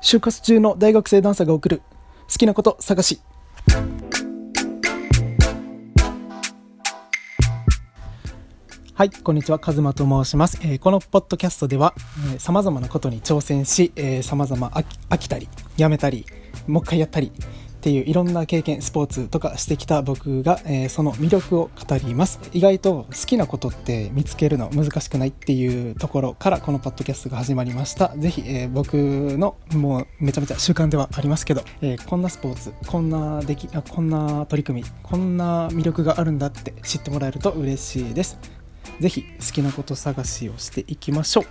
就活中の大学生ダンサーが送る好きなこと探し。はい、こんにちは、カズマと申します。このポッドキャストでは様々なことに挑戦し、様々飽きたりやめたりもう一回やったりっていういろんな経験、スポーツとかしてきた僕が、その魅力を語ります。意外と好きなことって見つけるの難しくないっていうところからこのポッドキャストが始まりました。ぜひ、僕のもうめちゃめちゃ習慣ではありますけど、こんなスポーツ、こんな取り組み、こんな魅力があるんだって知ってもらえると嬉しいです。ぜひ好きなこと探しをしていきましょう。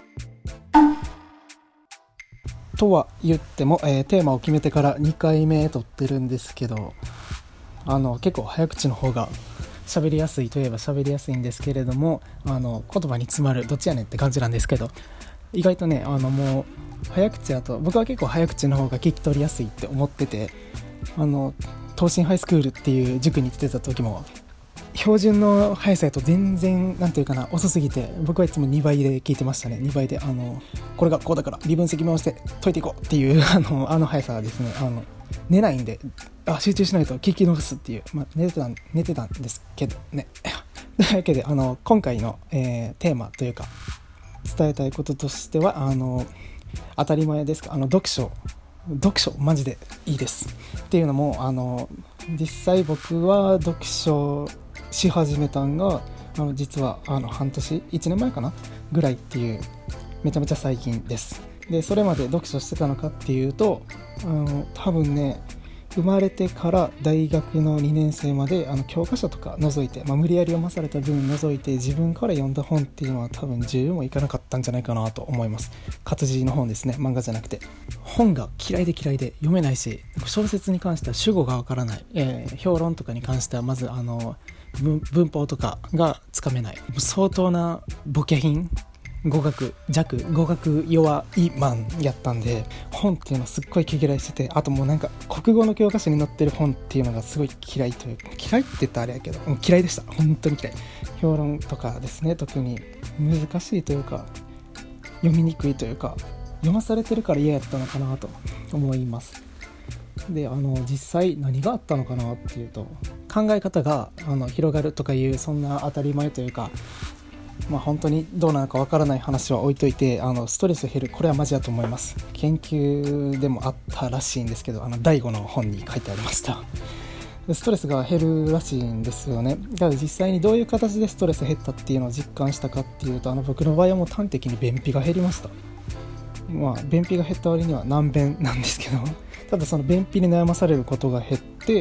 とは言っても、テーマを決めてから2回目撮ってるんですけど、結構早口の方が喋りやすいといえば喋りやすいんですけれども、言葉に詰まるどっちやねんって感じなんですけど、意外とねもう早口だと僕は結構早口の方が聞き取りやすいって思ってて、東進ハイスクールっていう塾に行ってた時も標準の速さやと全然なんていうかな遅すぎて、僕はいつも2倍で聞いてましたね。2倍でこれがこうだから微分積回して解いていこうっていう速さがですね、寝ないんで集中しないと聞き逃すっていう、寝てたんですけどね。というわけで今回の、テーマというか伝えたいこととしては当たり前ですが読書マジでいいですっていうのも実際僕は読書し始めたんが実は半年1年前かなぐらいっていうめちゃめちゃ最近です。でそれまで読書してたのかっていうと多分ね生まれてから大学の2年生まで教科書とか除いて、無理やり読まされた分除いて自分から読んだ本っていうのは多分10もいかなかったんじゃないかなと思います。活字の本ですね、漫画じゃなくて。本が嫌いで読めないし、小説に関しては主語がわからない、評論とかに関してはまず文法とかがつかめない、相当なボケ品、語学弱いマンやったんで、本っていうのすっごい嫌いしてて、あともうなんか国語の教科書に載ってる本っていうのがすごい嫌いというか、嫌いって言ったらあれやけどもう嫌いでした。本当に嫌い。評論とかですね、特に難しいというか読みにくいというか読まされてるから嫌やったのかなと思います。で実際何があったのかなっていうと、考え方が広がるとかいうそんな当たり前というか、本当にどうなのかわからない話は置いといて、ストレス減る、これはマジだと思います。研究でもあったらしいんですけど、第5の本に書いてありました。ストレスが減るらしいんですよね。だから実際にどういう形でストレス減ったっていうのを実感したかっていうと、僕の場合はもう端的に便秘が減りました。便秘が減った割には難便なんですけど、ただその便秘に悩まされることが減って、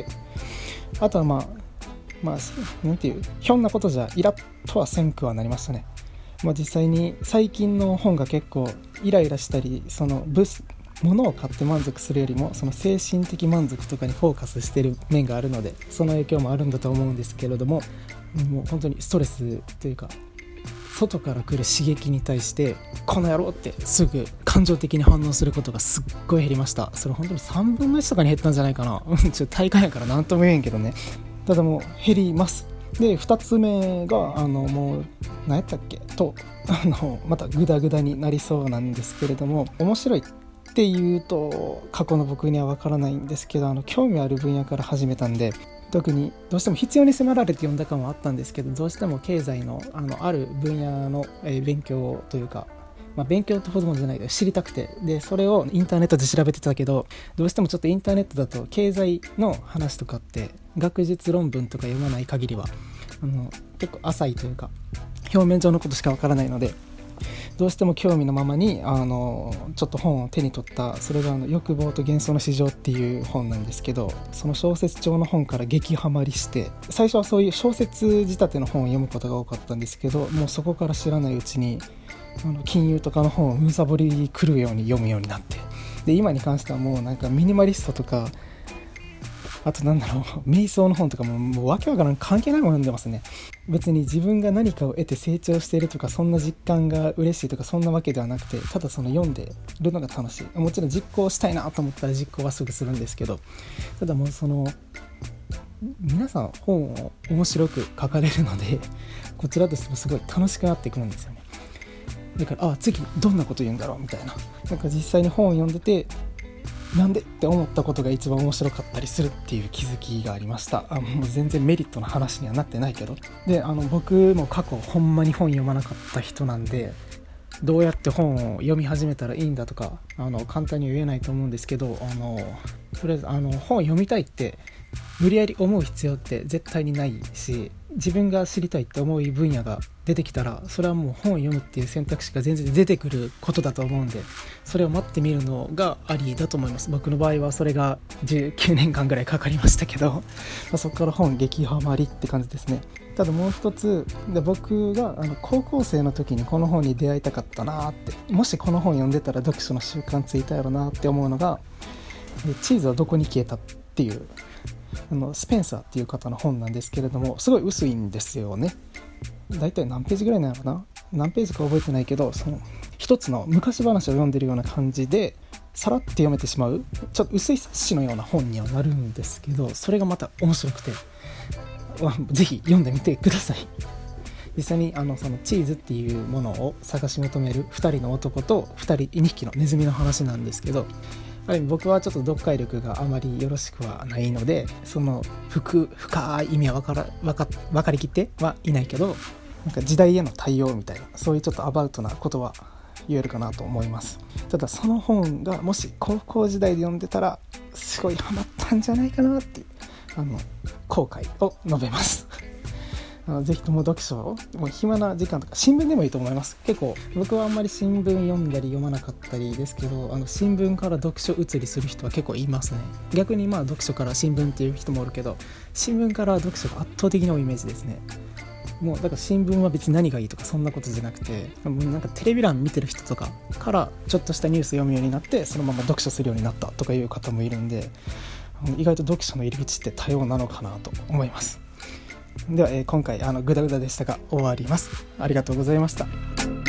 あとはなんていうひょんなことじゃイラッとはせんくはなりましたね。実際に最近の本が結構イライラしたり、物を買って満足するよりもその精神的満足とかにフォーカスしてる面があるので、その影響もあるんだと思うんですけれども、もう本当にストレスというか外から来る刺激に対してこの野郎ってすぐ感情的に反応することがすっごい減りました。それ本当に3分の1とかに減ったんじゃないかな。ちょっと体感やから何とも言えんけどね。ただもう減ります。で2つ目がもう何やったっけとまたグダグダになりそうなんですけれども、面白いっていうと過去の僕には分からないんですけど、興味ある分野から始めたんで、特にどうしても必要に迫られて読んだ感はあったんですけど、どうしても経済のある分野の勉強というか、勉強ってほどもじゃないけど知りたくて、でそれをインターネットで調べてたけど、どうしてもちょっとインターネットだと経済の話とかって学術論文とか読まない限りは結構浅いというか表面上のことしかわからないので、どうしても興味のままにちょっと本を手に取った。それが欲望と幻想の市場っていう本なんですけど、その小説帳の本から激ハマりして、最初はそういう小説仕立ての本を読むことが多かったんですけど、もうそこから知らないうちに金融とかの本をむさぼり来るように読むようになって、で今に関してはもうなんかミニマリストとか、あと瞑想の本とかもうわけわからん関係ないもの読んでますね。別に自分が何かを得て成長しているとか、そんな実感が嬉しいとかそんなわけではなくて、ただ読んでるのが楽しい。もちろん実行したいなと思ったら実行はすぐするんですけど、ただもう皆さん本を面白く書かれるので、こちらとしてもすごい楽しくなってくるんですよね。だから次どんなこと言うんだろうみたいな、なんか実際に本を読んでてなんでって思ったことが一番面白かったりするっていう気づきがありました。もう全然メリットの話にはなってないけど、で僕も過去ほんまに本読まなかった人なんで、どうやって本を読み始めたらいいんだとか簡単に言えないと思うんですけど、とりあえず本を読みたいって無理やり思う必要って絶対にないし、自分が知りたいって思う分野が出てきたら、それはもう本を読むっていう選択肢が全然出てくることだと思うんで、それを待ってみるのがありだと思います。僕の場合はそれが19年間ぐらいかかりましたけどそこから本激ハマりって感じですね。ただもう一つで、僕が高校生の時にこの本に出会いたかったなって、もしこの本読んでたら読書の習慣ついたやろなって思うのが、チーズはどこに消えたっていうスペンサーっていう方の本なんですけれども、すごい薄いんですよね。だいたい何ページぐらいなのかな、何ページか覚えてないけど、その一つの昔話を読んでるような感じでさらって読めてしまう、ちょっと薄い冊子のような本にはなるんですけど、それがまた面白くて、ぜひ読んでみてください。実際にそのチーズっていうものを探し求める2人の男と2匹のネズミの話なんですけど、僕はちょっと読解力があまりよろしくはないので、その深い意味は分かりきってはいないけど、なんか時代への対応みたいな、そういうちょっとアバウトなことは言えるかなと思います。ただその本がもし高校時代で読んでたらすごいハマったんじゃないかなっていう後悔を述べますぜひとも読書をもう暇な時間とか新聞でもいいと思います。結構僕はあんまり新聞読んだり読まなかったりですけど、新聞から読書移りする人は結構いますね。逆に読書から新聞っていう人もおるけど、新聞から読書が圧倒的に多いイメージですね。もうだから新聞は別に何がいいとかそんなことじゃなくて、もうなんかテレビ欄見てる人とかからちょっとしたニュース読むようになってそのまま読書するようになったとかいう方もいるんで、意外と読書の入り口って多様なのかなと思います。では、今回グダグダでしたが終わります。ありがとうございました。